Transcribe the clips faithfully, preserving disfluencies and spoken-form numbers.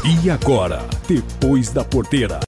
E agora, Depois da Porteira.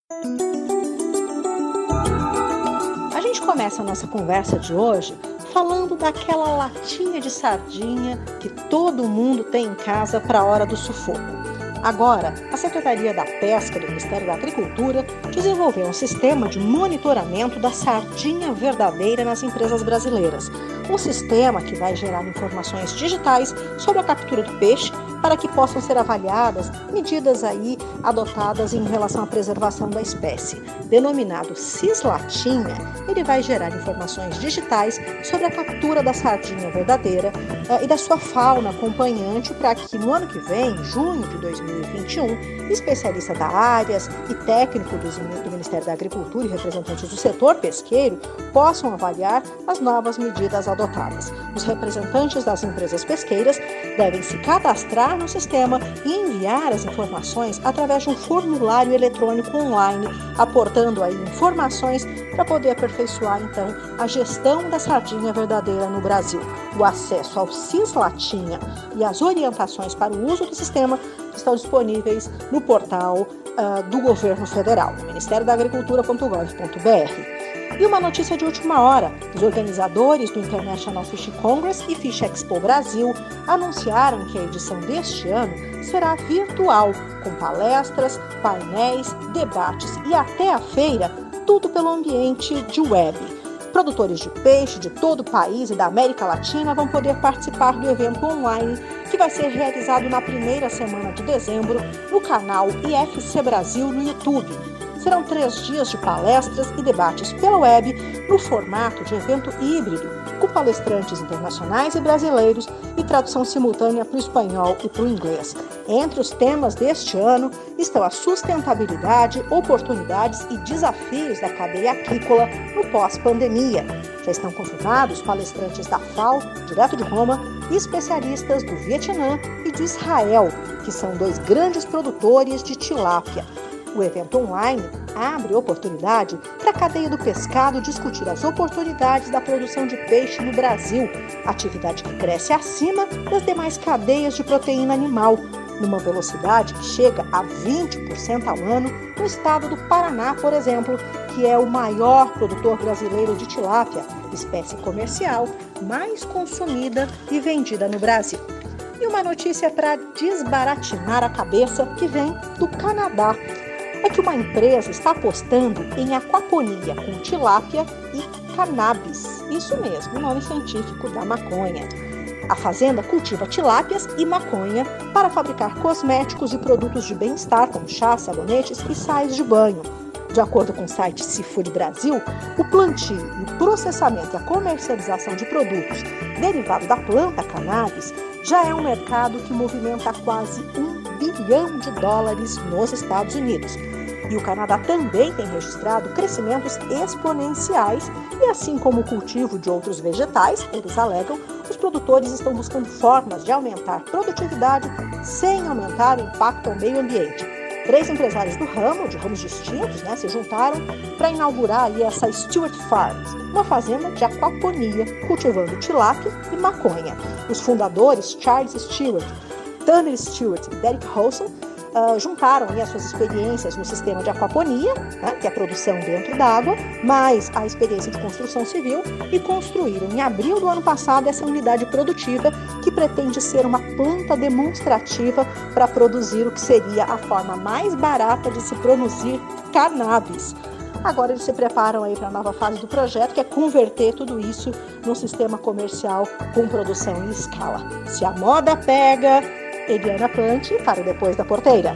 A gente começa a nossa conversa de hoje falando daquela latinha de sardinha que todo mundo tem em casa para a hora do sufoco. Agora, a Secretaria da Pesca do Ministério da Agricultura desenvolveu um sistema de monitoramento da sardinha verdadeira nas empresas brasileiras. Um sistema que vai gerar informações digitais sobre a captura do peixe para que possam ser avaliadas medidas aí adotadas em relação à preservação da espécie. Denominado Cislatinha, ele vai gerar informações digitais sobre a captura da sardinha verdadeira uh, e da sua fauna acompanhante para que no ano que vem, junho de dois mil e vinte e um, especialistas da área e técnicos do Ministério da Agricultura e representantes do setor pesqueiro possam avaliar as novas medidas adotadas. Os representantes das empresas pesqueiras devem se cadastrar no sistema e enviar as informações através de um formulário eletrônico online, aportando aí informações para poder aperfeiçoar então a gestão da sardinha verdadeira no Brasil. O acesso ao Cislatinha e as orientações para o uso do sistema estão disponíveis no portal uh, do governo federal, no ministério da agricultura ponto gov ponto br. E uma notícia de última hora: os organizadores do International Fish Congress e Fish Expo Brasil anunciaram que a edição deste ano será virtual, com palestras, painéis, debates e até a feira, tudo pelo ambiente de web. Produtores de peixe de todo o país e da América Latina vão poder participar do evento online, que vai ser realizado na primeira semana de dezembro no canal I F C Brasil no YouTube. Serão três dias de palestras e debates pela web, no formato de evento híbrido, com palestrantes internacionais e brasileiros e tradução simultânea para o espanhol e para o inglês. Entre os temas deste ano estão a sustentabilidade, oportunidades e desafios da cadeia aquícola no pós-pandemia. Já estão confirmados palestrantes da F A O, direto de Roma, e especialistas do Vietnã e de Israel, que são dois grandes produtores de tilápia. O evento online abre oportunidade para a cadeia do pescado discutir as oportunidades da produção de peixe no Brasil, atividade que cresce acima das demais cadeias de proteína animal, numa velocidade que chega a vinte por cento ao ano no estado do Paraná, por exemplo, que é o maior produtor brasileiro de tilápia, espécie comercial mais consumida e vendida no Brasil. E uma notícia para desbaratinar a cabeça que vem do Canadá. É que uma empresa está apostando em aquaponia com tilápia e cannabis. Isso mesmo, o nome científico da maconha. A fazenda cultiva tilápias e maconha para fabricar cosméticos e produtos de bem-estar, como chás, sabonetes e sais de banho. De acordo com o site Seafood Brasil, o plantio, o processamento e a comercialização de produtos derivados da planta cannabis já é um mercado que movimenta quase um bilhão de dólares nos Estados Unidos. E o Canadá também tem registrado crescimentos exponenciais e, assim como o cultivo de outros vegetais, eles alegam, os produtores estão buscando formas de aumentar a produtividade sem aumentar o impacto ao meio ambiente. Três empresários do ramo, de ramos distintos, né, se juntaram para inaugurar ali essa Stewart Farms, uma fazenda de aquaponia, cultivando tilápia e maconha. Os fundadores, Charles Stewart, Tanner Stewart e Derek Holson, uh, juntaram ali as suas experiências no sistema de aquaponia, né, que é a produção dentro d'água, mais a experiência de construção civil, e construíram em abril do ano passado essa unidade produtiva que pretende ser uma planta demonstrativa para produzir o que seria a forma mais barata de se produzir cannabis. Agora eles se preparam aí para a nova fase do projeto, que é converter tudo isso num sistema comercial com produção em escala. Se a moda pega, Eliana Plante para o Depois da Porteira.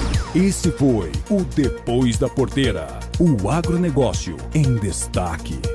Esse foi o Depois da Porteira, o agronegócio em destaque.